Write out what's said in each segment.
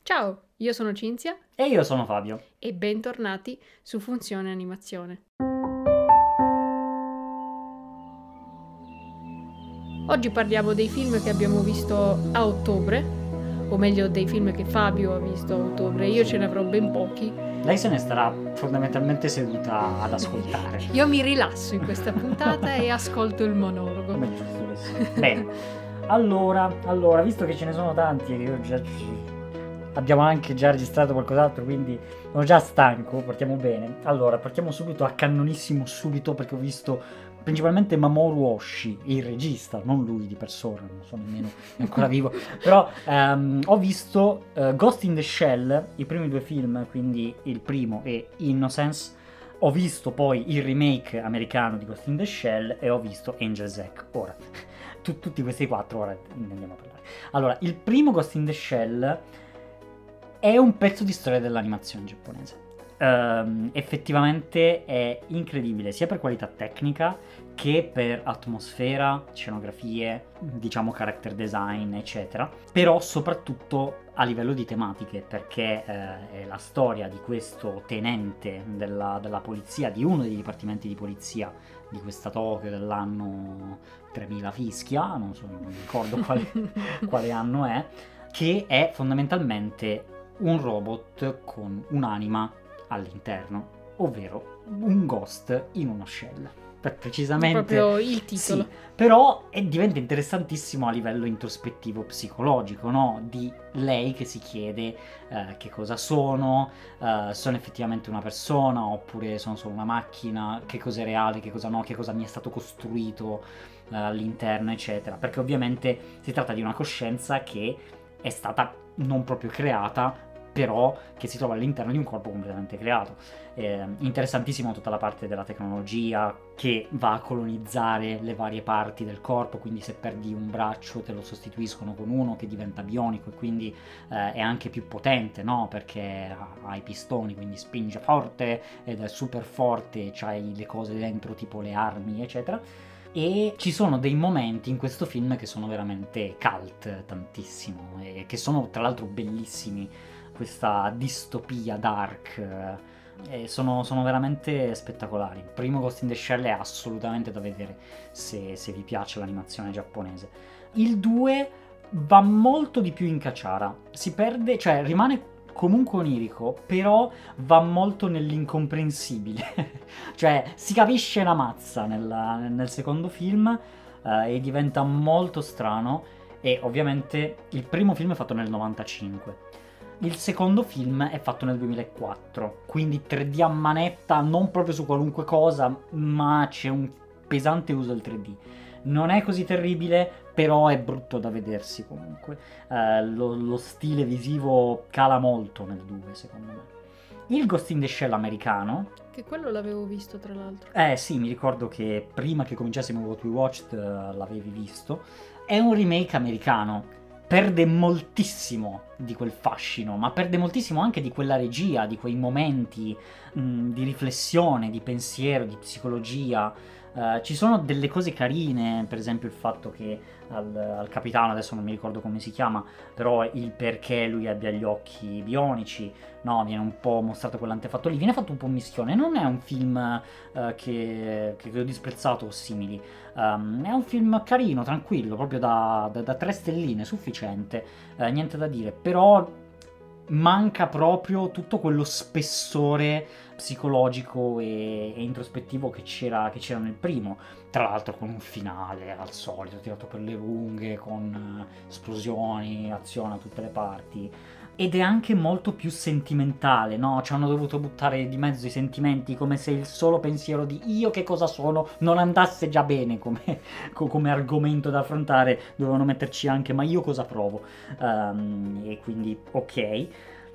Ciao, io sono Cinzia E io sono Fabio. e bentornati su Funzione Animazione. Oggi parliamo dei film che abbiamo visto a ottobre, o meglio dei film che Fabio ha visto a ottobre. Io ce ne avrò ben pochi. Lei se ne starà fondamentalmente seduta ad ascoltare. Io mi rilasso in questa puntata e ascolto il monologo. Come giusto che sia. Bene, allora, visto che ce ne sono tanti e che io già abbiamo anche già registrato qualcos'altro, quindi sono già stanco, partiamo bene. Allora, partiamo subito a cannonissimo subito, perché ho visto principalmente Mamoru Oshii, il regista, non lui di persona, non so nemmeno è ancora vivo, però ho visto Ghost in the Shell, i primi due film, quindi il primo e Innocence. Ho visto poi il remake americano di Ghost in the Shell e ho visto Angel's Egg. Ora, tutti questi quattro, ora ne andiamo a parlare. Allora, il primo Ghost in the Shell è un pezzo di storia dell'animazione giapponese. Effettivamente è incredibile sia per qualità tecnica che per atmosfera, scenografie, diciamo character design, eccetera, però soprattutto a livello di tematiche, perché è la storia di questo tenente della polizia, di uno dei dipartimenti di polizia di questa Tokyo dell'anno 3000 fischia, non ricordo quale anno è, che è fondamentalmente un robot con un'anima all'interno, ovvero un ghost in uno shell. Precisamente proprio il titolo. sì, però diventa interessantissimo a livello introspettivo psicologico, no? Di lei che si chiede che cosa sono effettivamente una persona oppure sono solo una macchina, che cosa è reale, che cosa no, che cosa mi è stato costruito all'interno, eccetera, perché ovviamente si tratta di una coscienza che è stata non proprio creata, però che si trova all'interno di un corpo completamente creato. Interessantissimo tutta la parte della tecnologia che va a colonizzare le varie parti del corpo, quindi se perdi un braccio te lo sostituiscono con uno che diventa bionico e quindi è anche più potente, no? Perché ha i pistoni, quindi spinge forte ed è super forte, c'hai le cose dentro tipo le armi, eccetera. E ci sono dei momenti in questo film che sono veramente cult tantissimo e che sono tra l'altro bellissimi, questa distopia dark, sono veramente spettacolari. Il primo Ghost in the Shell è assolutamente da vedere se vi piace l'animazione giapponese. Il 2 va molto di più in caciara, si perde, cioè rimane comunque onirico, però va molto nell'incomprensibile. Cioè si capisce una mazza nel secondo film e diventa molto strano. E ovviamente il primo film è fatto nel 95, il secondo film è fatto nel 2004, quindi 3D a manetta, non proprio su qualunque cosa, ma c'è un pesante uso del 3D. Non è così terribile, però è brutto da vedersi comunque. Lo stile visivo cala molto nel 2, secondo me. Il Ghost in the Shell americano, Che quello l'avevo visto, tra l'altro. sì, mi ricordo che prima che cominciassimo What We Watched l'avevi visto, è un remake americano. Perde moltissimo di quel fascino, ma perde moltissimo anche di quella regia, di quei momenti di riflessione, di pensiero, di psicologia. Ci sono delle cose carine, per esempio il fatto che al capitano, adesso non mi ricordo come si chiama, però il perché lui abbia gli occhi bionici, no, viene un po' mostrato quell'antefatto lì, viene fatto un po' un mischione. Non è un film che ho disprezzato o simili. È un film carino, tranquillo, proprio da 3 stelline, sufficiente, niente da dire, però manca proprio tutto quello spessore psicologico e introspettivo che c'era nel primo, tra l'altro con un finale al solito tirato per le lunghe, con esplosioni, azione a tutte le parti. Ed è anche molto più sentimentale, no? Ci hanno dovuto buttare di mezzo i sentimenti, come se il solo pensiero di io che cosa sono non andasse già bene come argomento da affrontare. Dovevano metterci anche ma io cosa provo. E quindi ok.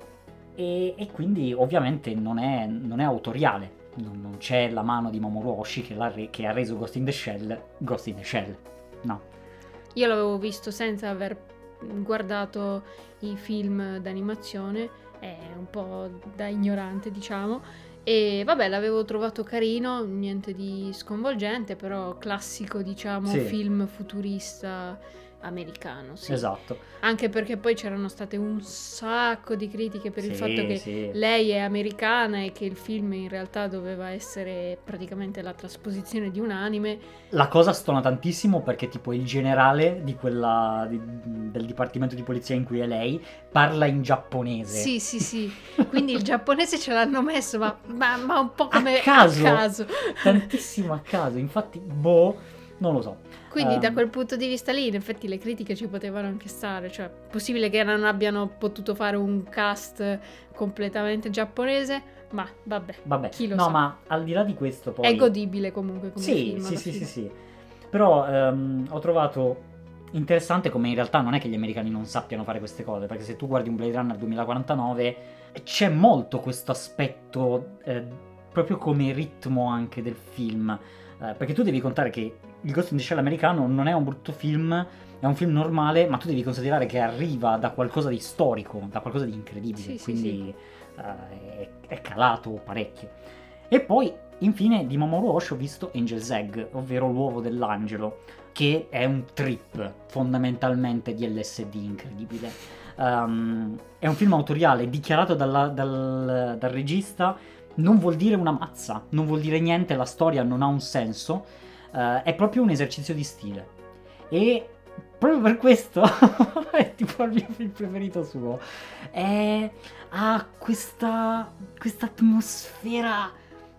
E quindi ovviamente non è autoriale. Non c'è la mano di Mamoru Oshii che ha reso Ghost in the Shell. No. Io l'avevo visto senza aver guardato i film d'animazione, è un po' da ignorante, diciamo, e vabbè, l'avevo trovato carino, niente di sconvolgente, però classico, diciamo, Sì. film futurista americano, sì. Esatto. Anche perché poi c'erano state un sacco di critiche per il Sì, fatto che sì. lei è americana e che il film in realtà doveva essere praticamente la trasposizione di un anime. La cosa stona tantissimo perché tipo il generale del dipartimento di polizia in cui è lei parla in giapponese. Sì. Quindi il giapponese ce l'hanno messo, ma un po' come A caso. a caso. Tantissimo a caso. Infatti, non lo so. Quindi da quel punto di vista lì, in effetti, le critiche ci potevano anche stare. Cioè, possibile che non abbiano potuto fare un cast completamente giapponese, ma vabbè. Chi lo sa. No, ma al di là di questo poi... È godibile comunque come film. Sì. Però ho trovato interessante come in realtà non è che gli americani non sappiano fare queste cose, perché se tu guardi un Blade Runner 2049 c'è molto questo aspetto proprio come ritmo anche del film, perché tu devi contare che il Ghost in the Shell americano non è un brutto film, è un film normale, ma tu devi considerare che arriva da qualcosa di storico, da qualcosa di incredibile, quindi è calato parecchio. E poi infine di Mamoru Oshii ho visto Angel's Egg, ovvero l'uovo dell'angelo, che è un trip fondamentalmente di LSD incredibile. È un film autoriale dichiarato dal regista, non vuol dire una mazza, non vuol dire niente, la storia non ha un senso, è proprio un esercizio di stile. E proprio per questo è tipo il mio film preferito suo. Ha questa atmosfera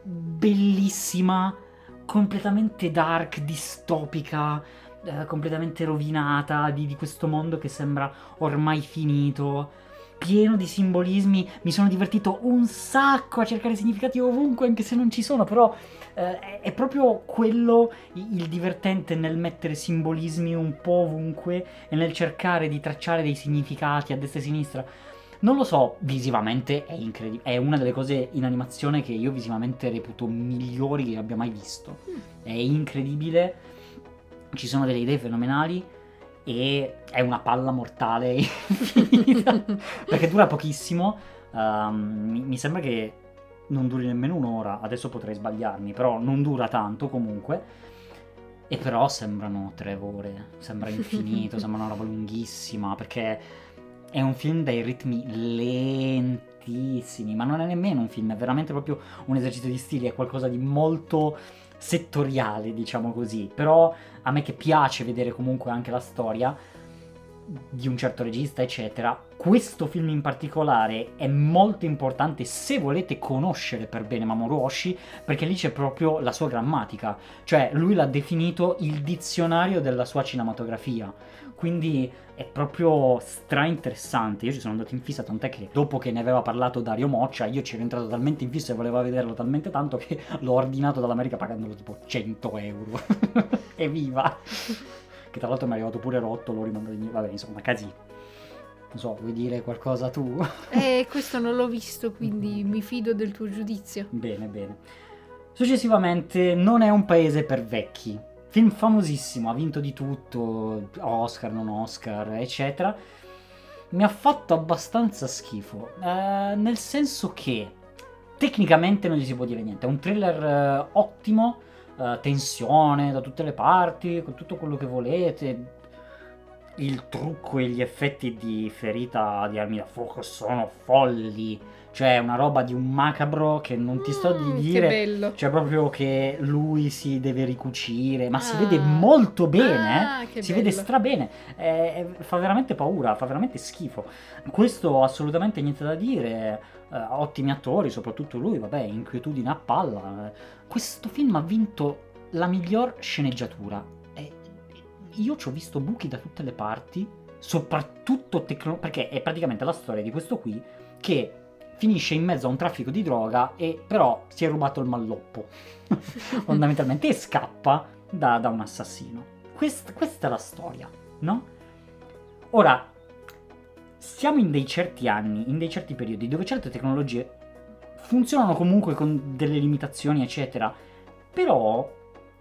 bellissima, completamente dark, distopica, completamente rovinata di questo mondo che sembra ormai finito, pieno di simbolismi. Mi sono divertito un sacco a cercare significati ovunque, anche se non ci sono, però è proprio quello il divertente nel mettere simbolismi un po' ovunque e nel cercare di tracciare dei significati a destra e a sinistra. Non lo so, visivamente è incredibile, è una delle cose in animazione che io visivamente reputo migliori che abbia mai visto. È incredibile, ci sono delle idee fenomenali e è una palla mortale infinita, perché dura pochissimo, mi sembra che non duri nemmeno un'ora, adesso potrei sbagliarmi, però non dura tanto comunque, e però sembrano 3 ore, sembra infinito, sembra una roba lunghissima, perché è un film dai ritmi lentissimi, ma non è nemmeno un film, è veramente proprio un esercizio di stile, è qualcosa di molto settoriale, diciamo così. Però a me che piace vedere comunque anche la storia di un certo regista, eccetera, questo film in particolare è molto importante se volete conoscere per bene Mamoru Oshii, perché lì c'è proprio la sua grammatica, cioè lui l'ha definito il dizionario della sua cinematografia, quindi è proprio stra interessante. Io ci sono andato in fissa, tant'è che dopo che ne aveva parlato Dario Moccia io ci ero entrato talmente in fissa e volevo vederlo talmente tanto che l'ho ordinato dall'America pagandolo tipo 100 euro. Evviva! Che tra l'altro mi è arrivato pure rotto, l'ho rimandato in... Vabbè, insomma, casino. Non so, vuoi dire qualcosa tu? Questo non l'ho visto, quindi mi fido del tuo giudizio. Bene. Successivamente, Non è un paese per vecchi. Film famosissimo, ha vinto di tutto, Oscar, non Oscar, eccetera. Mi ha fatto abbastanza schifo, nel senso che tecnicamente non gli si può dire niente. È un thriller ottimo, tensione da tutte le parti, con tutto quello che volete. Il trucco e gli effetti di ferita di armi da fuoco sono folli. Cioè una roba di un macabro che non ti sto di dire. Che bello. Cioè proprio che lui si deve ricucire, ma si vede molto bene, si vede strabene, fa veramente paura, fa veramente schifo. Questo assolutamente niente da dire, ottimi attori, soprattutto lui, vabbè, inquietudine a palla. Questo film ha vinto la miglior sceneggiatura. Io ci ho visto buchi da tutte le parti, soprattutto perché è praticamente la storia di questo qui che finisce in mezzo a un traffico di droga e però si è rubato il malloppo fondamentalmente e scappa da un assassino. Questa è la storia, no? Ora, siamo in dei certi anni, in dei certi periodi dove certe tecnologie funzionano comunque con delle limitazioni eccetera, però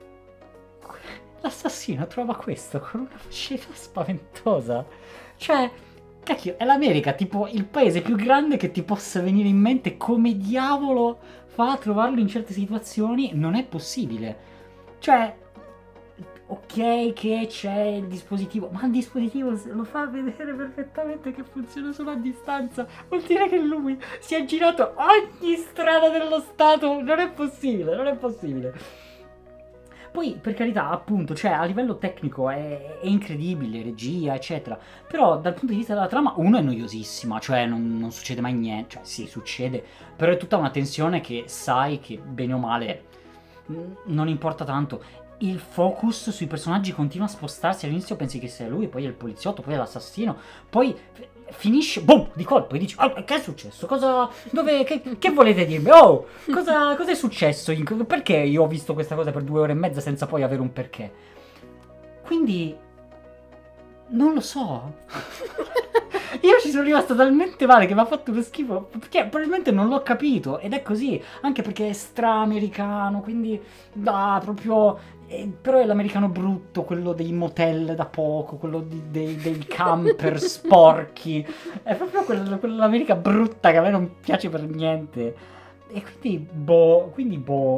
l'assassino trova questo con una facilità spaventosa. Cioè, cacchio, è l'America, tipo il paese più grande che ti possa venire in mente. Come diavolo fa a trovarlo in certe situazioni? Non è possibile. Cioè, ok che c'è il dispositivo, ma il dispositivo lo fa vedere perfettamente che funziona solo a distanza. Vuol dire che lui si è girato ogni strada dello Stato. Non è possibile, non è possibile. Poi, per carità, appunto, cioè, a livello tecnico è incredibile, regia, eccetera. Però, dal punto di vista della trama, uno è noiosissima, cioè, non succede mai niente. Cioè, sì, succede, però è tutta una tensione che sai che, bene o male, non importa tanto. Il focus sui personaggi continua a spostarsi. All'inizio pensi che sia lui, poi è il poliziotto, poi è l'assassino, poi finisce, boom, di colpo, e dici, oh, che è successo? Cosa, dove, che volete dirmi? Oh, cosa è successo? Perché io ho visto questa cosa per 2 ore e mezza senza poi avere un perché? Quindi, non lo so. Io ci sono rimasto talmente male che mi ha fatto uno schifo, perché probabilmente non l'ho capito, ed è così, anche perché è stra-americano, quindi, proprio... però è l'americano brutto, quello dei motel da poco, quello dei camper sporchi. È proprio quell'America brutta che a me non piace per niente. E quindi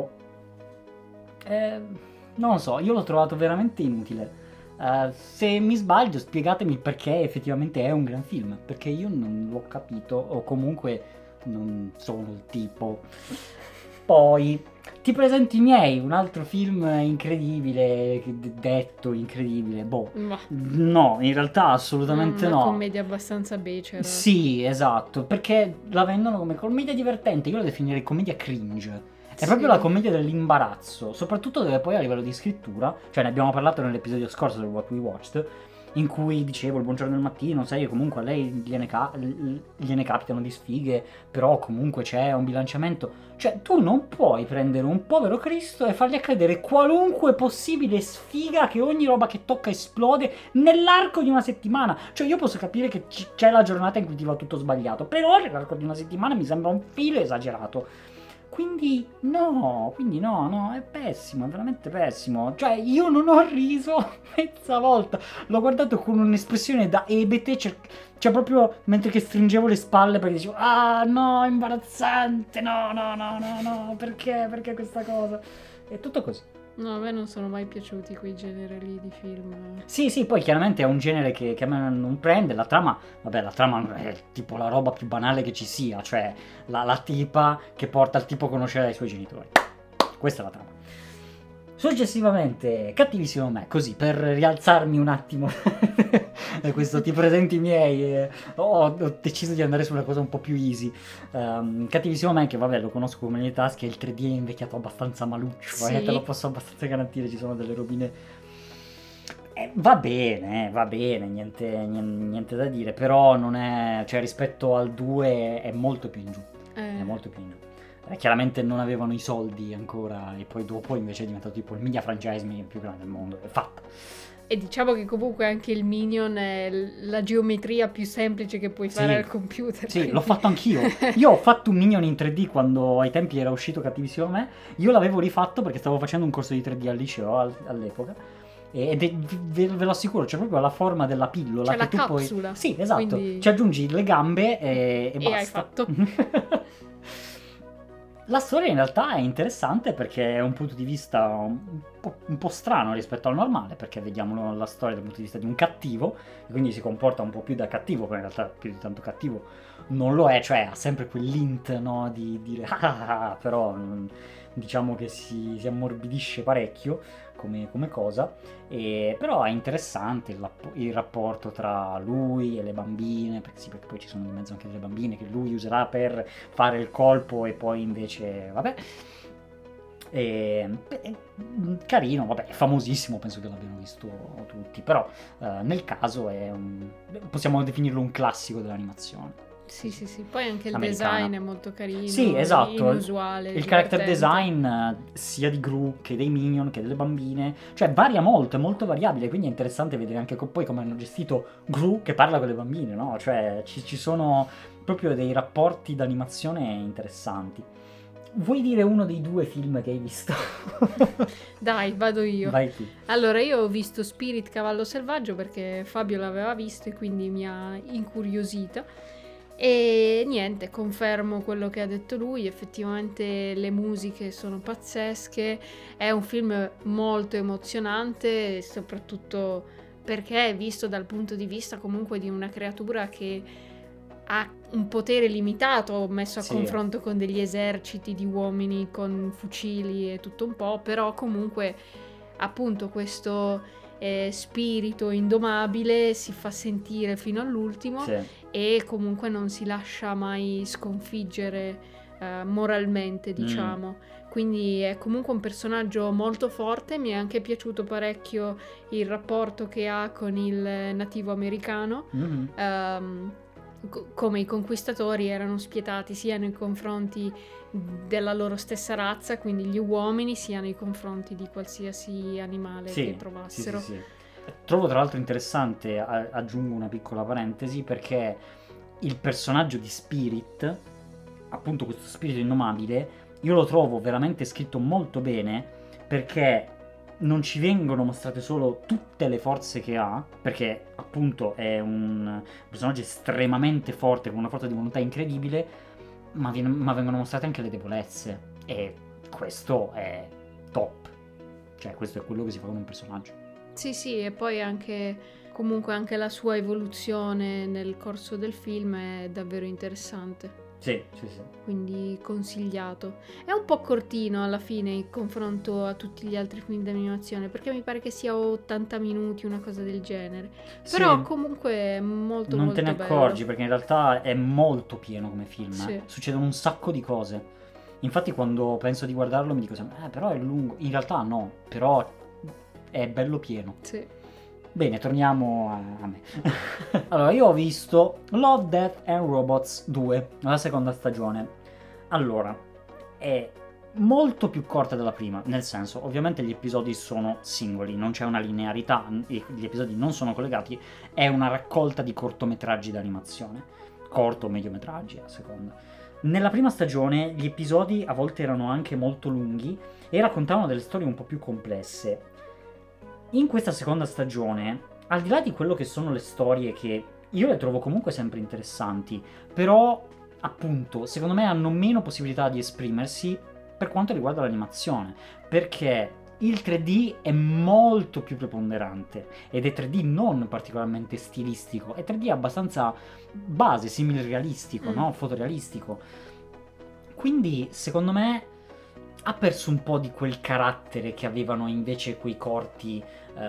non lo so, io l'ho trovato veramente inutile. Se mi sbaglio, spiegatemi il perché effettivamente è un gran film, perché io non l'ho capito, o comunque non sono il tipo. Poi ti presento i miei, un altro film incredibile, detto incredibile, Ma no, in realtà assolutamente una no. commedia abbastanza becera. Sì, esatto, perché la vendono come commedia divertente, io la definirei commedia cringe. È Sì. proprio la commedia dell'imbarazzo, soprattutto dove poi a livello di scrittura, cioè ne abbiamo parlato nell'episodio scorso del What We Watched, in cui dicevo il buongiorno del mattino, sai, comunque a lei gliene capitano di sfighe, però comunque c'è un bilanciamento. Cioè tu non puoi prendere un povero Cristo e fargli accadere qualunque possibile sfiga, che ogni roba che tocca esplode nell'arco di una settimana. Cioè io posso capire che c'è la giornata in cui ti va tutto sbagliato, però nell'arco di una settimana mi sembra un filo esagerato. Quindi no, è pessimo, è veramente pessimo. Cioè io non ho riso mezza volta, l'ho guardato con un'espressione da ebete, cioè proprio mentre che stringevo le spalle perché dicevo, ah no, imbarazzante, no, perché questa cosa? È tutto così. No, a me non sono mai piaciuti quei generi lì di film. Sì, poi chiaramente è un genere che a me non prende. La trama è tipo la roba più banale che ci sia, cioè la tipa che porta il tipo a conoscere i suoi genitori. Questa è la trama. Successivamente, Cattivissimo Me, così per rialzarmi un attimo questo ti presenti i miei, ho deciso di andare su una cosa un po' più easy. Cattivissimo Me, che vabbè lo conosco come le tasche, il 3D è invecchiato abbastanza maluccio, Sì. te lo posso abbastanza garantire, ci sono delle robine. Va bene, niente da dire, però non è, cioè rispetto al 2 è molto più in giù, è molto più in giù. Chiaramente non avevano i soldi ancora e poi dopo invece è diventato tipo il media franchise più grande del mondo, è fatta. E diciamo che comunque anche il Minion è la geometria più semplice che puoi fare al computer. Sì, quindi... l'ho fatto anch'io. Io ho fatto un Minion in 3D quando ai tempi era uscito Cattivissimo Me. Io l'avevo rifatto perché stavo facendo un corso di 3D al liceo all'epoca. Ve lo assicuro, c'è proprio la forma della pillola. C'è che la tu capsula. Puoi... Sì, esatto. Quindi... Ci aggiungi le gambe e basta. hai fatto. La storia in realtà è interessante perché è un punto di vista un po' strano rispetto al normale, perché vediamo la storia dal punto di vista di un cattivo, e quindi si comporta un po' più da cattivo, però in realtà più di tanto cattivo non lo è, cioè ha sempre quell'int, no, di dire però diciamo che si ammorbidisce parecchio come cosa, però è interessante il rapporto tra lui e le bambine, perché poi ci sono di mezzo anche delle bambine che lui userà per fare il colpo e poi invece vabbè. Carino, vabbè, è famosissimo, penso che l'abbiano visto tutti, però nel caso possiamo definirlo un classico dell'animazione. Sì, poi anche il americana. Design è molto carino. Sì, esatto. Inusuale. Il character design sia di Gru che dei Minion che delle bambine, cioè varia molto, è molto variabile, quindi è interessante vedere anche poi come hanno gestito Gru che parla con le bambine, no? Cioè ci sono proprio dei rapporti d'animazione interessanti. Vuoi dire uno dei 2 film che hai visto? Dai, vado io. Vai tu. Allora, io ho visto Spirit Cavallo Selvaggio perché Fabio l'aveva visto e quindi mi ha incuriosita. E niente, confermo quello che ha detto lui, effettivamente le musiche sono pazzesche, è un film molto emozionante, soprattutto perché è visto dal punto di vista comunque di una creatura che ha un potere limitato messo a Sì. confronto con degli eserciti di uomini con fucili e tutto un po', però comunque appunto questo spirito indomabile si fa sentire fino all'ultimo Sì. e comunque non si lascia mai sconfiggere moralmente, diciamo. Quindi è comunque un personaggio molto forte. Mi è anche piaciuto parecchio il rapporto che ha con il nativo americano. Come i conquistatori erano spietati sia nei confronti della loro stessa razza, quindi gli uomini, sia nei confronti di qualsiasi animale che trovassero. Sì. Trovo tra l'altro interessante, aggiungo una piccola parentesi, perché il personaggio di Spirit, appunto questo spirito indomabile, io lo trovo veramente scritto molto bene, perché non ci vengono mostrate solo tutte le forze che ha, perché appunto è un personaggio estremamente forte, con una forza di volontà incredibile, ma vengono mostrate anche le debolezze, e questo è top. Cioè questo è quello che si fa con un personaggio. Sì, e poi anche comunque anche la sua evoluzione nel corso del film è davvero interessante. Sì. Quindi consigliato. È un po' cortino alla fine in confronto a tutti gli altri film d'animazione, perché mi pare che sia 80 minuti, una cosa del genere. Però comunque è molto non molto te ne bello. accorgi, perché in realtà è molto pieno come film. Sì. Succedono un sacco di cose. Infatti quando penso di guardarlo mi dico sempre, però è lungo. In realtà no, però è bello pieno. Sì. Bene, torniamo a me. Allora, io ho visto Love, Death and Robots 2, la seconda stagione. Allora, è molto più corta della prima, nel senso, ovviamente gli episodi sono singoli, non c'è una linearità, gli episodi non sono collegati, è una raccolta di cortometraggi d'animazione, corto o mediometraggi a seconda. Nella prima stagione gli episodi a volte erano anche molto lunghi e raccontavano delle storie un po' più complesse. In questa seconda stagione, al di là di quello che sono le storie, che io le trovo comunque sempre interessanti, però appunto secondo me hanno meno possibilità di esprimersi per quanto riguarda l'animazione, perché il 3D è molto più preponderante ed è 3D non particolarmente stilistico, è 3D abbastanza base, simile realistico, no? Fotorealistico. Quindi secondo me ha perso un po' di quel carattere che avevano invece quei corti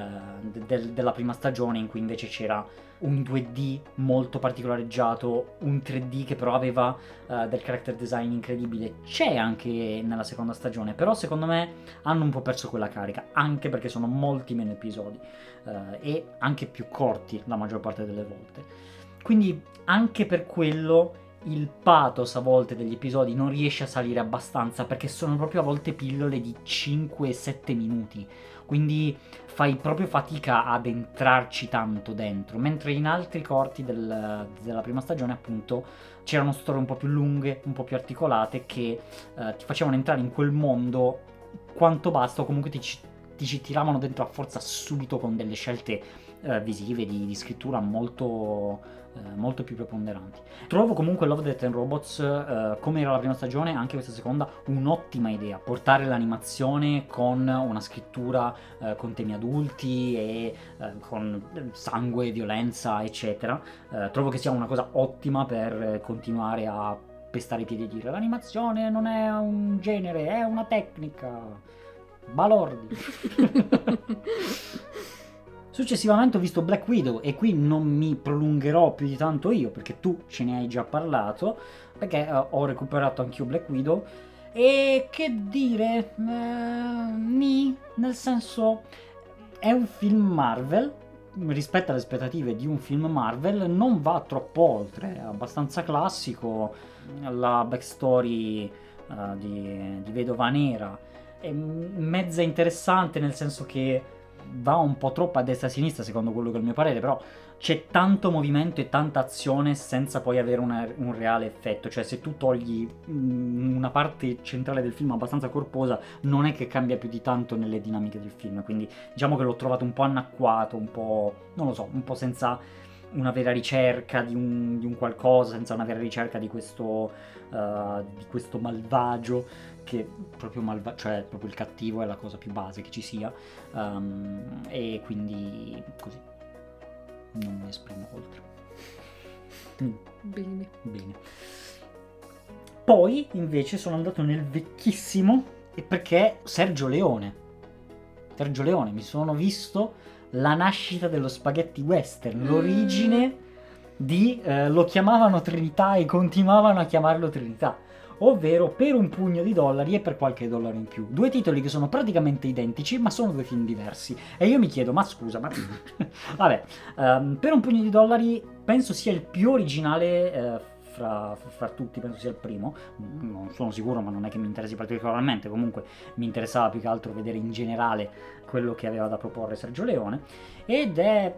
della prima stagione, in cui invece c'era un 2D molto particolareggiato, un 3D che però aveva del character design incredibile. C'è anche nella seconda stagione, però secondo me hanno un po' perso quella carica, anche perché sono molti meno episodi e anche più corti la maggior parte delle volte. Quindi anche per quello il pathos a volte degli episodi non riesce a salire abbastanza, perché sono proprio a volte pillole di 5-7 minuti, quindi fai proprio fatica ad entrarci tanto dentro, mentre in altri corti della prima stagione appunto c'erano storie un po' più lunghe, un po' più articolate, che ti facevano entrare in quel mondo quanto basta, o comunque ti ci tiravano dentro a forza subito con delle scelte visive, di scrittura molto più preponderanti. Trovo comunque Love, Death and Robots, come era la prima stagione, anche questa seconda, un'ottima idea. Portare l'animazione con una scrittura con temi adulti e con sangue, violenza, eccetera. Trovo che sia una cosa ottima per continuare a pestare i piedi e dire l'animazione non è un genere, è una tecnica. Balordi. Successivamente ho visto Black Widow, e qui non mi prolungherò più di tanto io, perché tu ce ne hai già parlato, perché ho recuperato anch'io Black Widow. E che dire, nel senso, è un film Marvel, rispetto alle aspettative di un film Marvel non va troppo oltre, è abbastanza classico. La backstory di Vedova Nera è mezza interessante, nel senso che va un po' troppo a destra e a sinistra secondo quello che è il mio parere, però c'è tanto movimento e tanta azione senza poi avere un reale effetto. Cioè, se tu togli una parte centrale del film abbastanza corposa, non è che cambia più di tanto nelle dinamiche del film, quindi diciamo che l'ho trovato un po' anacquato, un po', non lo so, un po' senza una vera ricerca di un qualcosa, senza una vera ricerca di questo malvagio, che proprio cioè proprio il cattivo è la cosa più base che ci sia, e quindi così non mi esprimo oltre. Bene. Poi invece sono andato nel vecchissimo, e perché Sergio Leone, mi sono visto La nascita dello spaghetti western, l'origine di lo chiamavano Trinità e continuavano a chiamarlo Trinità, ovvero Per un pugno di dollari e Per qualche dollaro in più. 2 titoli che sono praticamente identici, ma sono 2 film diversi. E io mi chiedo, ma scusa, ma vabbè, Per un pugno di dollari penso sia il più originale fra tutti, penso sia il primo, non sono sicuro, ma non è che mi interessi particolarmente, comunque mi interessava più che altro vedere in generale quello che aveva da proporre Sergio Leone, ed è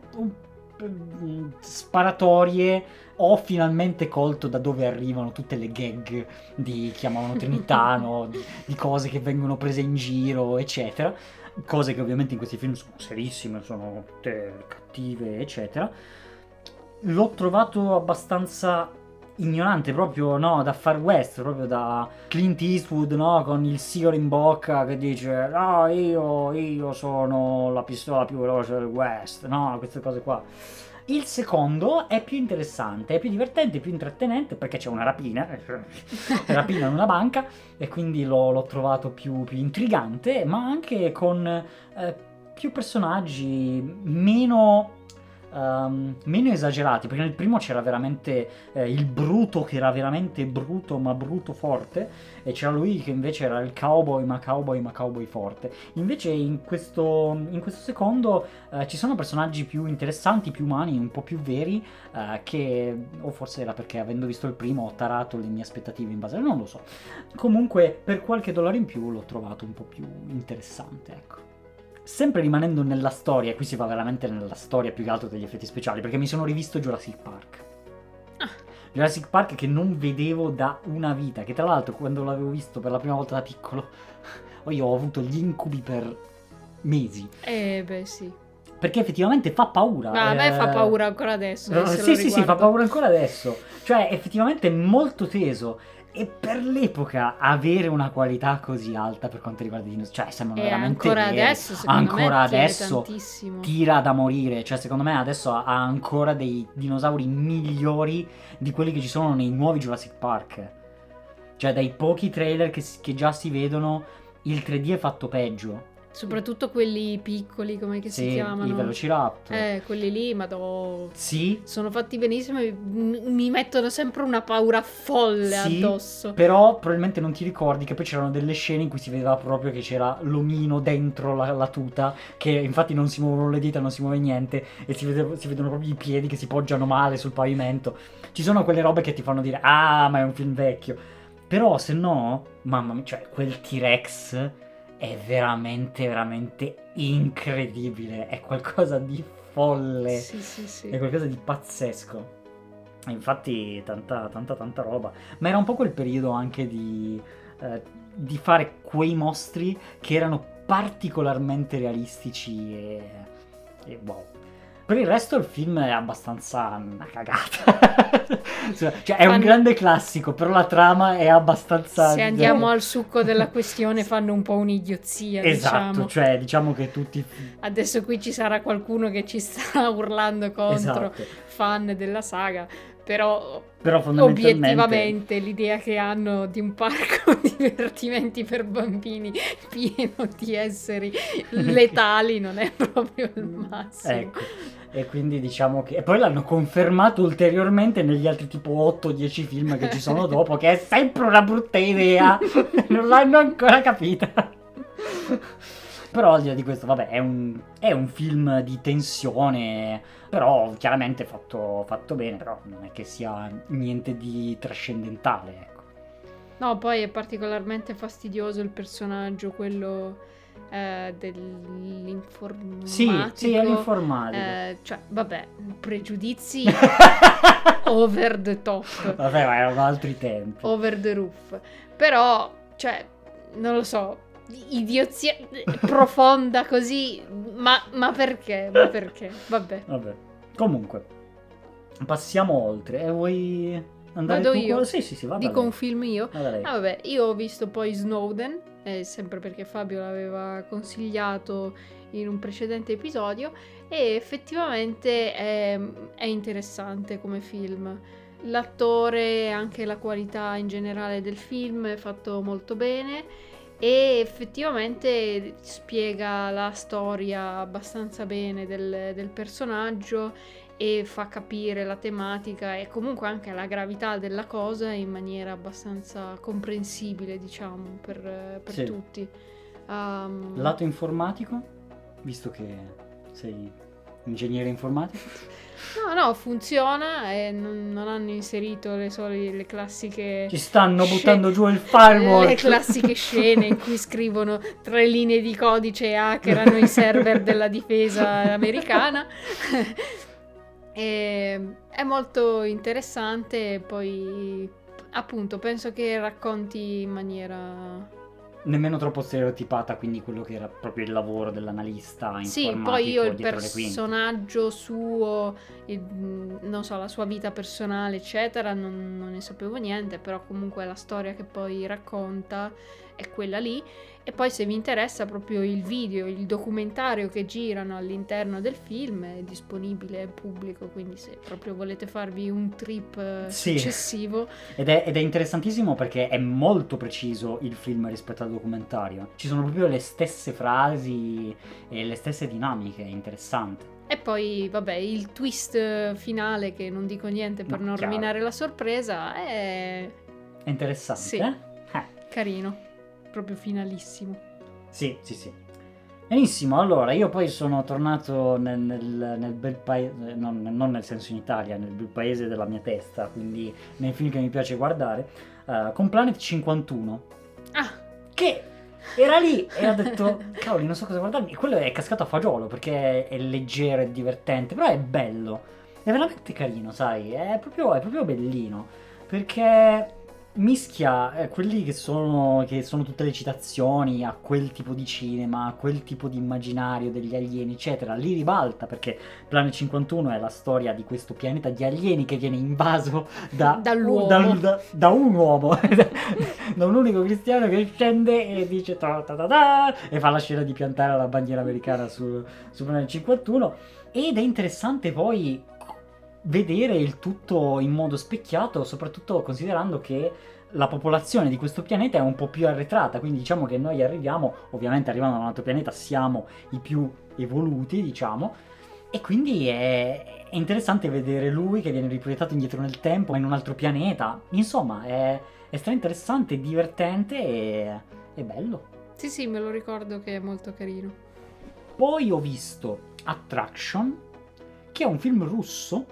sparatorie. Ho finalmente colto da dove arrivano tutte le gag di chiamavano Trinitano, di cose che vengono prese in giro, eccetera, cose che ovviamente in questi film sono serissime, sono tutte cattive, eccetera. L'ho trovato abbastanza ignorante, proprio, no, da Far West, proprio da Clint Eastwood, no, con il sigaro in bocca che dice no, io sono la pistola più veloce del West, no, queste cose qua. Il secondo è più interessante, è più divertente, più intrattenente, perché c'è una rapina in una banca, e quindi l'ho trovato più intrigante, ma anche con più personaggi meno esagerati, perché nel primo c'era veramente il bruto che era veramente bruto, ma bruto forte, e c'era lui che invece era il cowboy ma cowboy forte. Invece in questo secondo ci sono personaggi più interessanti, più umani, un po' più veri, che, o forse era perché avendo visto il primo ho tarato le mie aspettative in base, non lo so. Comunque Per qualche dollaro in più l'ho trovato un po' più interessante, ecco. Sempre rimanendo nella storia, qui si va veramente nella storia più che altro degli effetti speciali, perché mi sono rivisto Jurassic Park. Jurassic Park che non vedevo da una vita, che tra l'altro quando l'avevo visto per la prima volta da piccolo, io ho avuto gli incubi per mesi. Beh sì. Perché effettivamente fa paura. Ma a me fa paura ancora adesso. Sì, fa paura ancora adesso. Cioè effettivamente è molto teso. E per l'epoca avere una qualità così alta per quanto riguarda i dinosauri, cioè sembrano veramente ancora veri. Adesso, secondo ancora me, adesso tantissimo. Tira da morire, cioè secondo me adesso ha ancora dei dinosauri migliori di quelli che ci sono nei nuovi Jurassic Park. Cioè dai pochi trailer che già si vedono, il 3D è fatto peggio. Soprattutto quelli piccoli, come che si chiamano? I Velociraptor. Quelli lì, madò. Sì. Sono fatti benissimo e mi mettono sempre una paura folle addosso. Però probabilmente non ti ricordi che poi c'erano delle scene in cui si vedeva proprio che c'era l'omino dentro la tuta, che infatti non si muovono le dita, non si muove niente, e si vedono proprio i piedi che si poggiano male sul pavimento. Ci sono quelle robe che ti fanno dire ah, ma è un film vecchio. Però se no, mamma mia, cioè quel T-Rex è veramente incredibile, è qualcosa di folle, sì. È qualcosa di pazzesco. E infatti tanta roba, ma era un po' quel periodo anche di fare quei mostri che erano particolarmente realistici e wow. Per il resto il film è abbastanza una cagata. Cioè è un grande classico, però la trama è abbastanza... Se andiamo al succo della questione fanno un po' un'idiozia, esatto, diciamo. Cioè diciamo che tutti... Adesso qui ci sarà qualcuno che ci sta urlando contro, fan della saga, però obiettivamente l'idea che hanno di un parco divertimenti per bambini pieno di esseri letali non è proprio il massimo. Ecco. E quindi diciamo che... E poi l'hanno confermato ulteriormente negli altri tipo 8-10 film che ci sono dopo, che è sempre una brutta idea. Non l'hanno ancora capita. Però al di là di questo, vabbè, è un film di tensione, però chiaramente fatto bene, però non è che sia niente di trascendentale, ecco. No, poi è particolarmente fastidioso il personaggio, quello... dell'informatico. Sì, è l'informatico. Cioè, vabbè, pregiudizi over the top. Vabbè, ma erano altri tempi. Over the roof. Però, cioè, non lo so, idiozia profonda così, ma perché? Vabbè. Comunque, passiamo oltre. Vuoi andare Vado tu? io? Sì, vada Dico lei. un film io? Vada lei. Vabbè, io ho visto poi Snowden, sempre perché Fabio l'aveva consigliato in un precedente episodio, e effettivamente è interessante come film. L'attore e anche la qualità in generale del film è fatto molto bene e effettivamente spiega la storia abbastanza bene del personaggio e fa capire la tematica e comunque anche la gravità della cosa in maniera abbastanza comprensibile, diciamo, per Sì. tutti. Lato informatico, visto che sei ingegnere informatico. No, funziona e non hanno inserito le classiche Ci stanno buttando giù il firewall. le classiche scene in cui scrivono 3 linee di codice e hackerano i server della difesa americana. È molto interessante e poi appunto penso che racconti in maniera Nemmeno troppo stereotipata, quindi quello che era proprio il lavoro dell'analista sì, informatico poi io il dietro le quinte. personaggio suo, non so, la sua vita personale, eccetera, non ne sapevo niente, però comunque la storia che poi racconta è quella lì. E poi se vi interessa proprio il video, il documentario che girano all'interno del film è disponibile, è pubblico, quindi se proprio volete farvi un trip Sì. successivo. Ed è interessantissimo perché è molto preciso il film rispetto al documentario. Ci sono proprio le stesse frasi e le stesse dinamiche, è interessante. E poi, vabbè, il twist finale, che non dico niente per non chiaro. rovinare la sorpresa, è È interessante, Sì. Carino, proprio finalissimo. Sì. Benissimo, allora io poi sono tornato nel bel paese, non nel senso in Italia, nel bel paese della mia testa, quindi nei film che mi piace guardare, con Planet 51, che era lì e ho detto, cavoli, non so cosa guardarmi, e quello è cascato a fagiolo perché è leggero, è divertente, però è bello, è veramente carino, sai, è proprio bellino, perché mischia quelli che sono tutte le citazioni a quel tipo di cinema, a quel tipo di immaginario degli alieni, eccetera. Li ribalta perché Planet 51 è la storia di questo pianeta di alieni che viene invaso Dall'uomo. da un uomo, da un unico cristiano che scende e dice ta ta ta ta, e fa la scena di piantare la bandiera americana su Planet 51. Ed è interessante poi vedere il tutto in modo specchiato, soprattutto considerando che la popolazione di questo pianeta è un po' più arretrata, quindi diciamo che noi arriviamo, ovviamente arrivando da un altro pianeta siamo i più evoluti, diciamo, e quindi è interessante vedere lui che viene riproiettato indietro nel tempo in un altro pianeta. Insomma, è stra interessante, divertente e bello. Sì, me lo ricordo che è molto carino. Poi ho visto Attraction, che è un film russo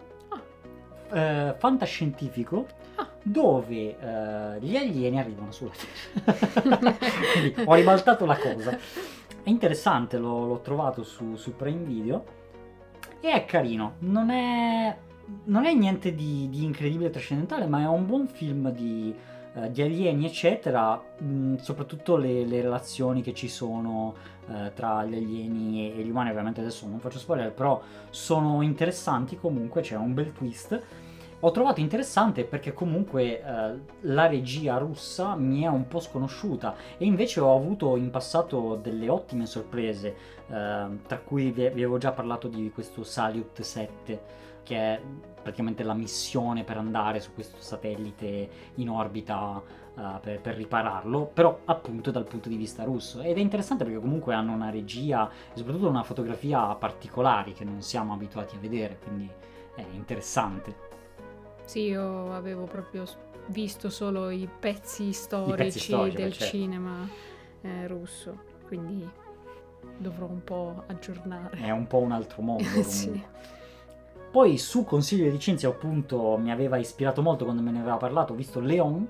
fantascientifico dove gli alieni arrivano sulla Terra. Quindi ho ribaltato la cosa. È interessante, l'ho trovato su Prime Video e è carino. Non è niente di incredibile trascendentale, ma è un buon film di alieni, eccetera. Soprattutto le relazioni che ci sono tra gli alieni e gli umani. Ovviamente adesso non faccio spoiler, però sono interessanti comunque, c'è un bel twist. Ho trovato interessante perché comunque la regia russa mi è un po' sconosciuta e invece ho avuto in passato delle ottime sorprese, tra cui vi avevo già parlato di questo Salyut 7, che è praticamente la missione per andare su questo satellite in orbita per ripararlo, però appunto dal punto di vista russo. Ed è interessante perché comunque hanno una regia e soprattutto una fotografia particolari che non siamo abituati a vedere, quindi è interessante. Sì, io avevo proprio visto solo i pezzi storici del certo. cinema russo, quindi dovrò un po' aggiornare. È un po' un altro mondo comunque. Sì. Poi su consiglio di Cinzia, appunto, mi aveva ispirato molto quando me ne aveva parlato, ho visto Léon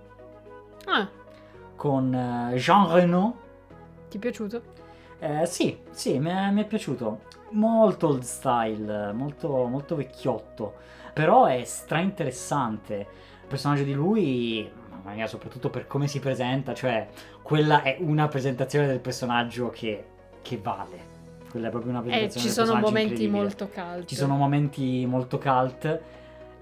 con Jean Reno. Ti è piaciuto? Sì, mi è piaciuto. Molto old style, molto vecchiotto, però è stra interessante. Il personaggio di lui, mamma mia, soprattutto per come si presenta, cioè quella è una presentazione del personaggio che vale. Quella è proprio una presentazione Ci del sono personaggio momenti incredibile. molto cult. Ci sono momenti molto cult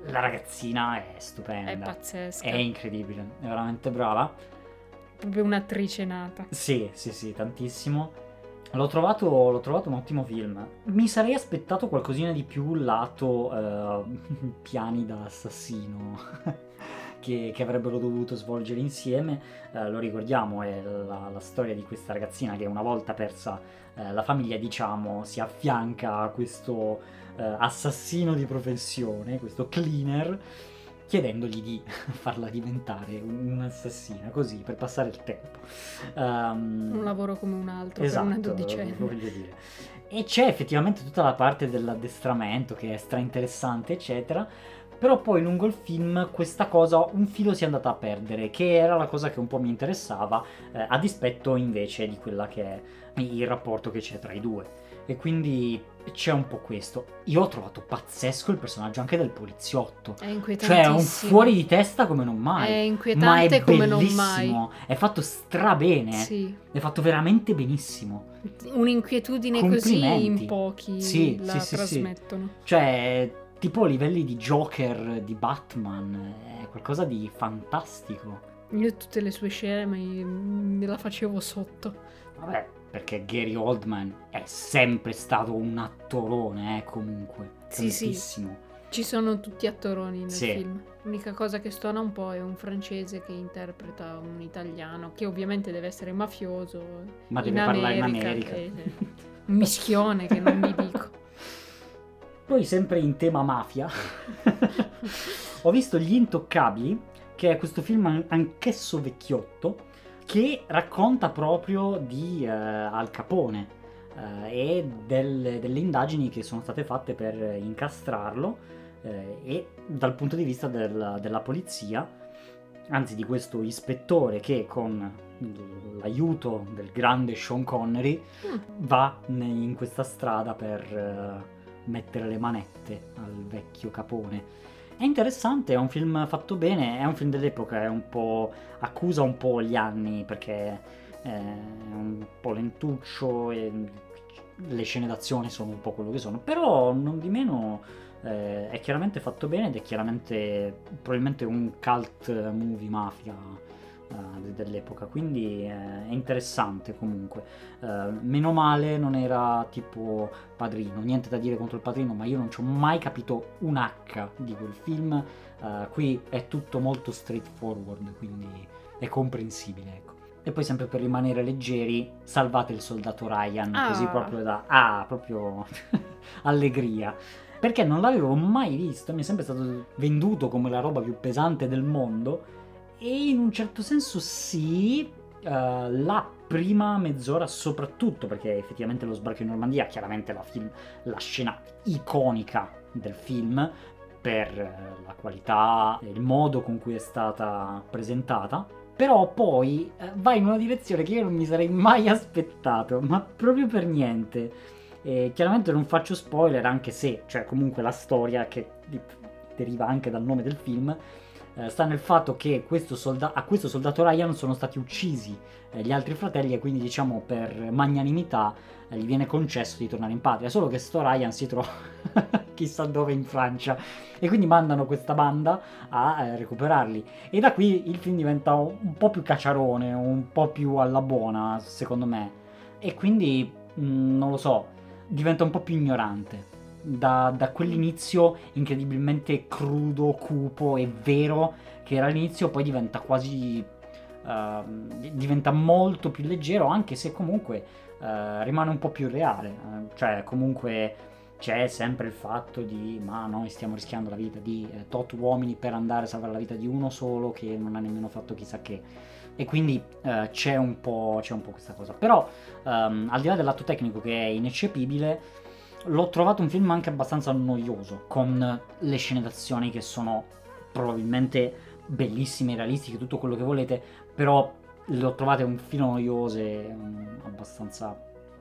La ragazzina è È stupenda, pazzesca. è incredibile, è veramente brava. Proprio un'attrice nata. Sì, tantissimo. L'ho trovato un ottimo film. Mi sarei aspettato qualcosina di più lato piani da assassino che avrebbero dovuto svolgere insieme. Lo ricordiamo, è la storia di questa ragazzina che una volta persa la famiglia, diciamo, si affianca a questo assassino di professione, questo cleaner, chiedendogli di farla diventare un'assassina, così, per passare il tempo. Un lavoro come un altro, per una Esatto, dodicenne. voglio dire. E c'è effettivamente tutta la parte dell'addestramento che è stra-interessante, eccetera, però poi lungo il film questa cosa, un filo si è andata a perdere, che era la cosa che un po' mi interessava, a dispetto invece di quella che è il rapporto che c'è tra i due. E quindi c'è un po' questo. Io ho trovato pazzesco il personaggio anche del poliziotto. È Cioè è un inquietantissimo. fuori di testa come non mai. È Ma è inquietante come non bellissimo. mai. È fatto strabene. Sì. È fatto veramente benissimo. Un'inquietudine così Complimenti. in pochi Sì, la sì. trasmettono. Cioè, tipo a livelli di Joker, di Batman, è qualcosa di fantastico. Io tutte le sue scene me la facevo sotto. Vabbè, perché Gary Oldman è sempre stato un attorone, comunque. Sì, sì. Tantissimo. Ci sono tutti attoroni nel Sì. film. L'unica cosa che stona un po' è un francese che interpreta un italiano, che ovviamente deve essere mafioso. Ma deve parlare in America. Un mischione che non vi dico. Poi sempre in tema mafia ho visto Gli Intoccabili, che è questo film anch'esso vecchiotto, che racconta proprio di Al Capone e delle indagini che sono state fatte per incastrarlo e dal punto di vista della polizia, anzi di questo ispettore che con l'aiuto del grande Sean Connery va in questa strada per mettere le manette al vecchio Capone. È interessante, è un film fatto bene, è un film dell'epoca, è un po' accusa un po' gli anni perché è un po' lentuccio e le scene d'azione sono un po' quello che sono, però non di meno è chiaramente fatto bene ed è chiaramente probabilmente un cult movie mafia dell'epoca, quindi è interessante comunque. Meno male non era tipo Padrino, niente da dire contro il Padrino, ma io non ci ho mai capito un H di quel film. Qui è tutto molto straightforward, quindi è comprensibile, ecco. E poi sempre per rimanere leggeri, Salvate il soldato Ryan, così proprio da proprio allegria. Perché non l'avevo mai visto, mi è sempre stato venduto come la roba più pesante del mondo. E in un certo senso sì, la prima mezz'ora soprattutto, perché effettivamente lo sbarco in Normandia, chiaramente la scena iconica del film, per la qualità e il modo con cui è stata presentata, però poi va in una direzione che io non mi sarei mai aspettato, ma proprio per niente. E chiaramente non faccio spoiler, anche se, cioè comunque la storia che deriva anche dal nome del film, sta nel fatto che a questo soldato Ryan sono stati uccisi gli altri fratelli e quindi diciamo per magnanimità gli viene concesso di tornare in patria, solo che sto Ryan si trova chissà dove in Francia e quindi mandano questa banda a recuperarli e da qui il film diventa un po' più cacciarone, un po' più alla buona secondo me e quindi non lo so, diventa un po' più ignorante. Da quell'inizio incredibilmente crudo, cupo e vero che era all'inizio, poi diventa quasi diventa molto più leggero, anche se comunque rimane un po' più reale, cioè comunque c'è sempre il fatto di ma noi stiamo rischiando la vita di tot uomini per andare a salvare la vita di uno solo che non ha nemmeno fatto chissà che, e quindi c'è un po' questa cosa, però al di là del lato tecnico che è ineccepibile, l'ho trovato un film anche abbastanza noioso, con le scene d'azione che sono probabilmente bellissime, realistiche, tutto quello che volete, però le ho trovate un filo noiose, abbastanza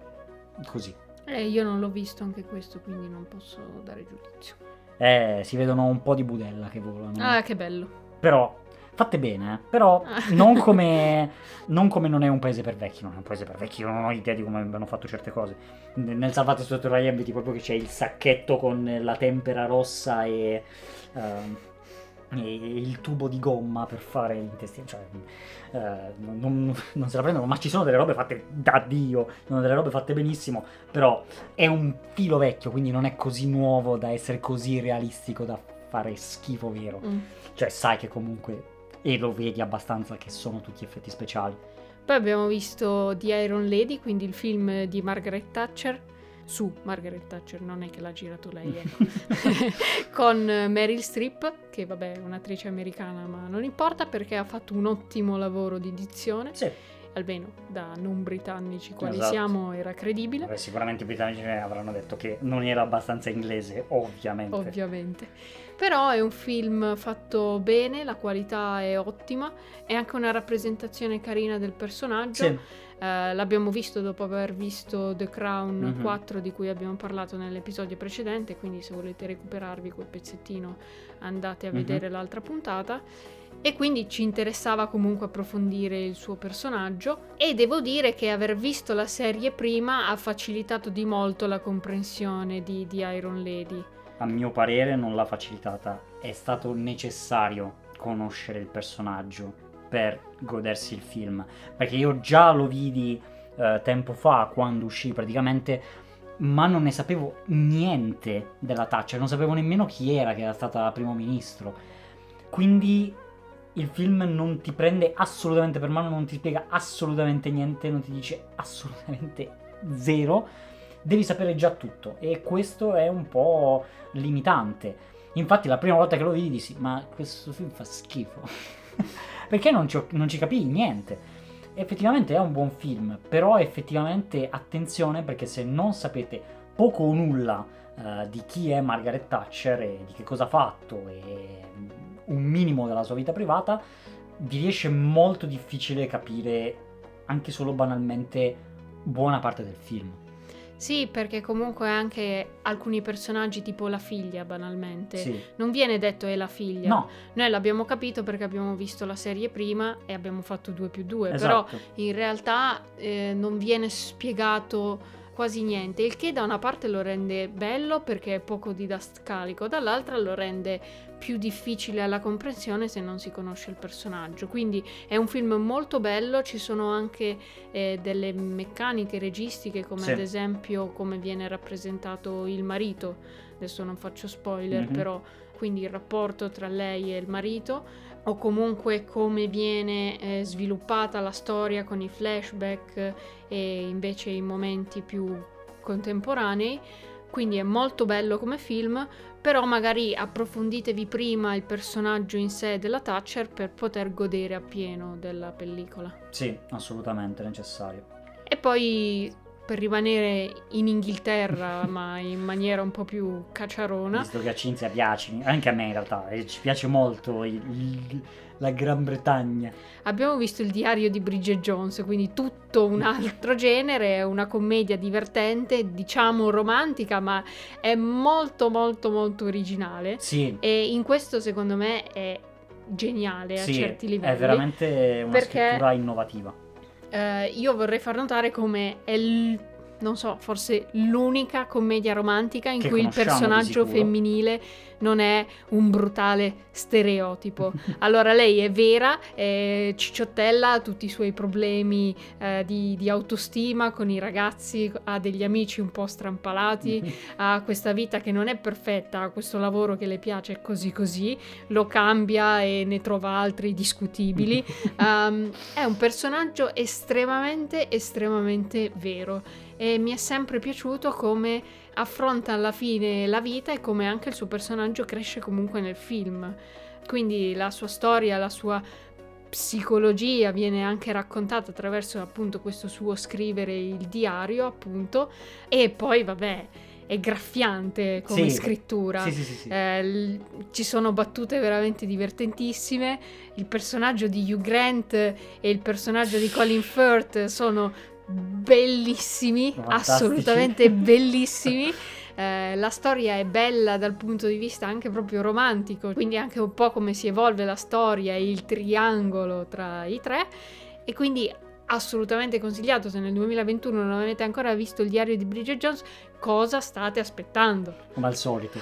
così. Io non l'ho visto anche questo, quindi non posso dare giudizio. Si vedono un po' di budella che volano. Ah, che bello. Però fatte bene, però non come non è un paese per vecchi, non è un paese per vecchi, io non ho idea di come abbiano fatto certe cose. Nel Salvate sotto Ryan vedi proprio che c'è il sacchetto con la tempera rossa e il tubo di gomma per fare l'intestino, cioè non se la prendono, ma ci sono delle robe fatte da Dio, sono delle robe fatte benissimo, però è un filo vecchio, quindi non è così nuovo da essere così realistico da fare schifo vero. Cioè sai che comunque, e lo vedi abbastanza, che sono tutti effetti speciali. Poi abbiamo visto The Iron Lady, quindi il film di Margaret Thatcher, su Margaret Thatcher, non è che l'ha girato lei, ecco. Con Meryl Streep, che vabbè è un'attrice americana, ma non importa perché ha fatto un ottimo lavoro di dizione. Sì. Almeno da non britannici quali Esatto. siamo era credibile. Vabbè, sicuramente i britannici avranno detto che non era abbastanza inglese, ovviamente. Però è un film fatto bene, la qualità è ottima, è anche una rappresentazione carina del personaggio. Sì. L'abbiamo visto dopo aver visto The Crown Mhm. 4 di cui abbiamo parlato nell'episodio precedente, quindi se volete recuperarvi quel pezzettino andate a Mhm. vedere l'altra puntata. E quindi ci interessava comunque approfondire il suo personaggio, e devo dire che aver visto la serie prima ha facilitato di molto la comprensione di Iron Lady. A mio parere non l'ha facilitata, è stato necessario conoscere il personaggio per godersi il film, perché io già lo vidi tempo fa quando uscì praticamente, ma non ne sapevo niente della Thatcher, non sapevo nemmeno chi era che era stata primo ministro, quindi il film non ti prende assolutamente per mano, non ti spiega assolutamente niente, non ti dice assolutamente zero, devi sapere già tutto, e questo è un po' limitante. Infatti la prima volta che lo vidi dissi, ma questo film fa schifo perché non ci capii niente. Effettivamente è un buon film, però effettivamente attenzione, perché se non sapete poco o nulla di chi è Margaret Thatcher e di che cosa ha fatto e un minimo della sua vita privata, vi riesce molto difficile capire anche solo banalmente buona parte del film. Sì, perché comunque anche alcuni personaggi, tipo la figlia, banalmente, Sì. non viene detto è la figlia. No, Noi l'abbiamo capito perché abbiamo visto la serie prima e abbiamo fatto 2+2, esatto. però in realtà non viene spiegato quasi niente, il che da una parte lo rende bello perché è poco didascalico, dall'altra lo rende più difficile alla comprensione se non si conosce il personaggio. Quindi è un film molto bello, ci sono anche delle meccaniche registiche, come Sì. ad esempio come viene rappresentato il marito, adesso non faccio spoiler, Mhm. però quindi il rapporto tra lei e il marito, o comunque come viene sviluppata la storia con i flashback e invece i momenti più contemporanei. Quindi è molto bello come film, però magari approfonditevi prima il personaggio in sé della Thatcher per poter godere appieno della pellicola. Sì, assolutamente necessario. E poi, per rimanere in Inghilterra ma in maniera un po' più cacciarona, Visto che a Cinzia piace, anche a me in realtà, ci piace molto la Gran Bretagna. abbiamo visto Il diario di Bridget Jones, quindi tutto un altro genere, è una commedia divertente, diciamo romantica, ma è molto molto molto originale, Sì, e in questo secondo me è geniale a sì, certi livelli. è veramente una perché- scrittura innovativa. Io vorrei far notare come è non so, forse l'unica commedia romantica in Che cui il conosciamo di personaggio sicuro. femminile non è un brutale stereotipo. Allora lei è vera, è cicciottella, ha tutti i suoi problemi di autostima con i ragazzi, ha degli amici un po' strampalati, ha questa vita che non è perfetta, ha questo lavoro che le piace così, lo cambia e ne trova altri discutibili. È un personaggio estremamente vero, e mi è sempre piaciuto come affronta alla fine la vita e come anche il suo personaggio cresce comunque nel film. Quindi la sua storia, la sua psicologia viene anche raccontata attraverso appunto questo suo scrivere il diario, appunto, e poi vabbè è graffiante come Sì. scrittura. Sì. Ci sono battute veramente divertentissime. Il personaggio di Hugh Grant e il personaggio di Colin Firth sono bellissimi, Fantastici. assolutamente bellissimi. La storia è bella dal punto di vista anche proprio romantico, quindi anche un po' come si evolve la storia e il triangolo tra i tre, e quindi assolutamente consigliato. Se nel 2021 non avete ancora visto Il diario di Bridget Jones, cosa state aspettando? Come al solito.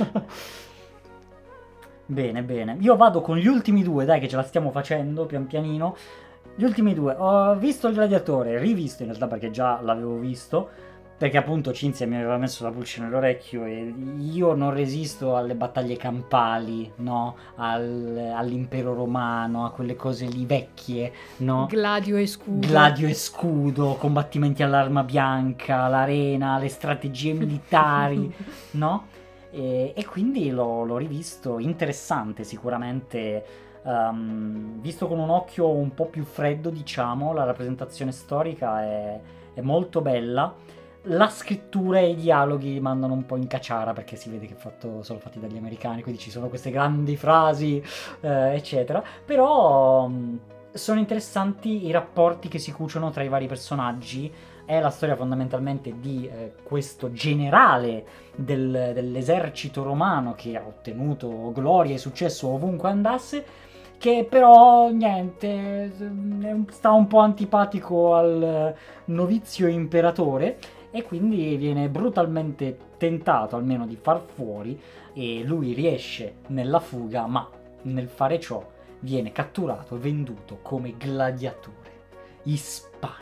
Bene, bene. Io vado con gli ultimi due, dai, che ce la stiamo facendo pian pianino. Gli ultimi due. Ho visto Il gladiatore, rivisto in realtà perché già l'avevo visto, perché appunto Cinzia mi aveva messo la pulce nell'orecchio e io non resisto alle battaglie campali, no? All'impero romano, a quelle cose lì vecchie, no? Gladio e scudo. Gladio e scudo, combattimenti all'arma bianca, l'arena, le strategie militari, no? E quindi l'ho rivisto, interessante sicuramente, visto con un occhio un po' più freddo, diciamo. La rappresentazione storica è molto bella. La scrittura e i dialoghi mandano un po' in caciara perché si vede che sono fatti dagli americani, quindi ci sono queste grandi frasi, eccetera. Però sono interessanti i rapporti che si cuciono tra i vari personaggi. È la storia fondamentalmente di questo generale dell'esercito romano che ha ottenuto gloria e successo ovunque andasse, che però niente, sta un po' antipatico al novizio imperatore e quindi viene brutalmente tentato almeno di far fuori, e lui riesce nella fuga, ma nel fare ciò viene catturato e venduto come gladiatore ispanico.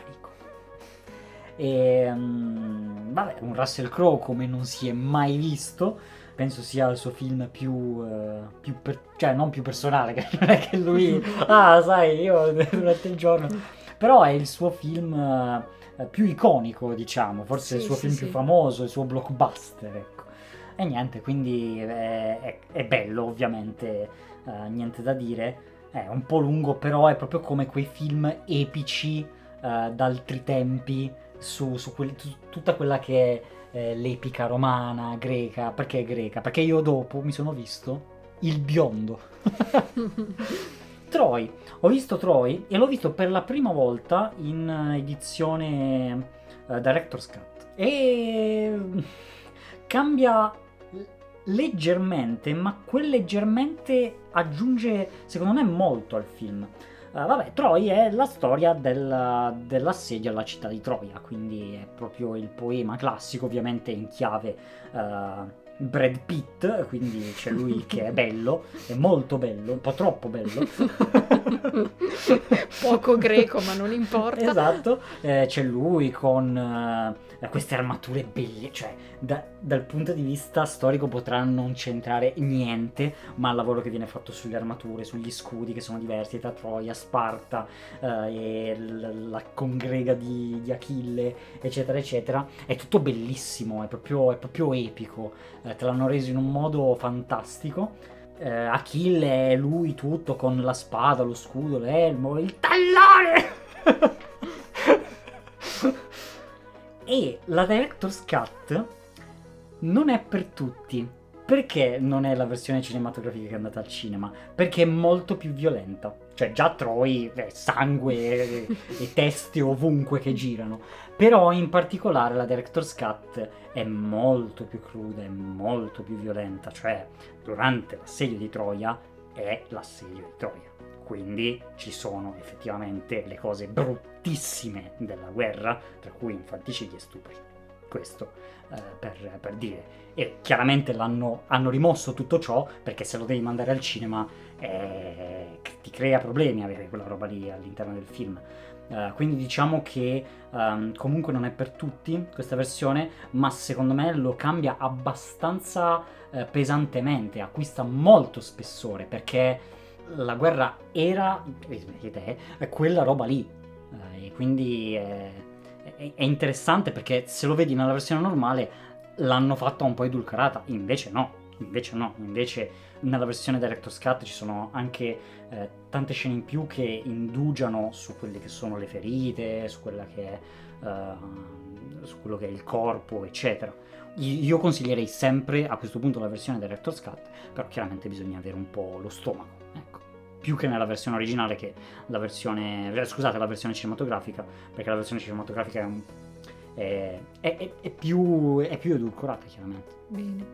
E vabbè, un Russell Crowe come non si è mai visto, penso sia il suo film cioè non più personale, che non è che lui sai, io durante il giorno, però è il suo film più iconico, diciamo, forse il suo film più famoso, il suo blockbuster, ecco. E niente, quindi è bello, ovviamente, niente da dire. È un po' lungo, però è proprio come quei film epici d'altri tempi, su tutta quella che è l'epica romana, greca. Perché greca? Perché io dopo mi sono visto Il biondo. Troy. Ho visto Troy e l'ho visto per la prima volta in edizione Director's Cut. E cambia leggermente, ma quel leggermente aggiunge, secondo me, molto al film. Vabbè, Troy è la storia dell'assedio alla città di Troia, quindi è proprio il poema classico, ovviamente in chiave Brad Pitt, quindi c'è lui che è bello, è molto bello, un po' troppo bello. Poco greco, ma non importa. Esatto, c'è lui con queste armature belle, cioè dal punto di vista storico potrà non c'entrare niente, ma il lavoro che viene fatto sulle armature, sugli scudi che sono diversi tra Troia, Sparta e la congrega di Achille, eccetera eccetera, è tutto bellissimo, è proprio epico, te l'hanno reso in un modo fantastico. Achille è lui tutto con la spada, lo scudo, l'elmo, il tallone. E la Director's Cut non è per tutti. Perché non è la versione cinematografica che è andata al cinema? Perché è molto più violenta. Cioè già Troy, sangue e teste ovunque che girano. Però in particolare la Director's Cut è molto più cruda, è molto più violenta. Cioè durante l'assedio di Troia è l'assedio di Troia. Quindi ci sono effettivamente le cose bruttissime della guerra, tra cui infanticidi e stupri. Questo per dire. E chiaramente hanno rimosso tutto ciò, perché se lo devi mandare al cinema ti crea problemi avere quella roba lì all'interno del film. Quindi diciamo che comunque non è per tutti questa versione, ma secondo me lo cambia abbastanza pesantemente, acquista molto spessore, perché la guerra era quella roba lì, e quindi è interessante, perché se lo vedi nella versione normale l'hanno fatta un po' edulcorata, invece nella versione Director's Cut ci sono anche tante scene in più che indugiano su quelle che sono le ferite, su quella che è su quello che è il corpo, eccetera. Io consiglierei sempre a questo punto la versione Director's Cut, però chiaramente bisogna avere un po' lo stomaco, ecco, più che nella versione originale, che la versione cinematografica, perché la versione cinematografica è più edulcorata, chiaramente. Bene.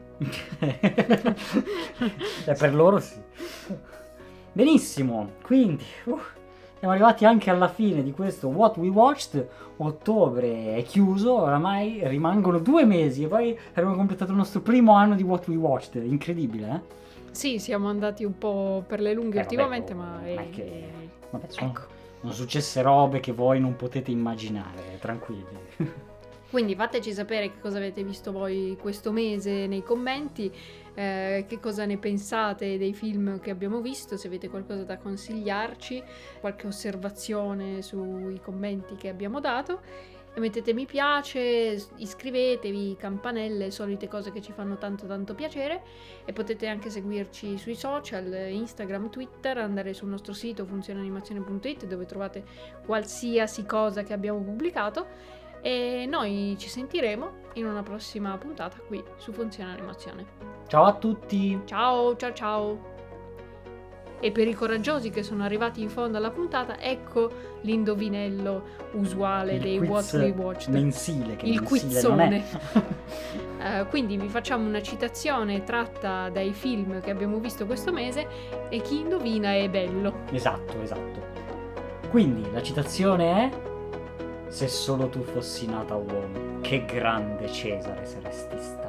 E per loro sì. Benissimo, quindi siamo arrivati anche alla fine di questo What We Watched. Ottobre è chiuso, oramai rimangono 2 mesi e poi avremo completato il nostro primo anno di What We Watched. Incredibile, eh? Sì, siamo andati un po' per le lunghe ultimamente, vabbè, ma sono successe robe che voi non potete immaginare, tranquilli. Quindi fateci sapere che cosa avete visto voi questo mese nei commenti, che cosa ne pensate dei film che abbiamo visto, se avete qualcosa da consigliarci, qualche osservazione sui commenti che abbiamo dato. E mettete mi piace, iscrivetevi, campanelle, solite cose che ci fanno tanto tanto piacere. E potete anche seguirci sui social, Instagram, Twitter, andare sul nostro sito funzioneanimazione.it dove trovate qualsiasi cosa che abbiamo pubblicato. E noi ci sentiremo in una prossima puntata qui su Funzione Animazione. Ciao a tutti! Ciao, ciao, ciao! E per i coraggiosi che sono arrivati in fondo alla puntata, ecco l'indovinello usuale dei What We Watched. Mensile, che il mensile non è. Quizzone. Quindi vi facciamo una citazione tratta dai film che abbiamo visto questo mese e chi indovina è bello. Esatto. Quindi la citazione è: se solo tu fossi nata uomo, che grande Cesare saresti stata.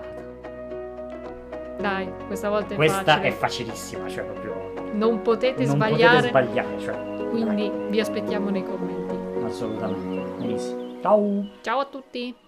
Dai, questa volta è Questa facile. è facilissima, cioè proprio Non potete non sbagliare. potete sbagliare, cioè. Quindi vi aspettiamo nei commenti. Assolutamente. Benissimo. Ciao! Ciao a tutti!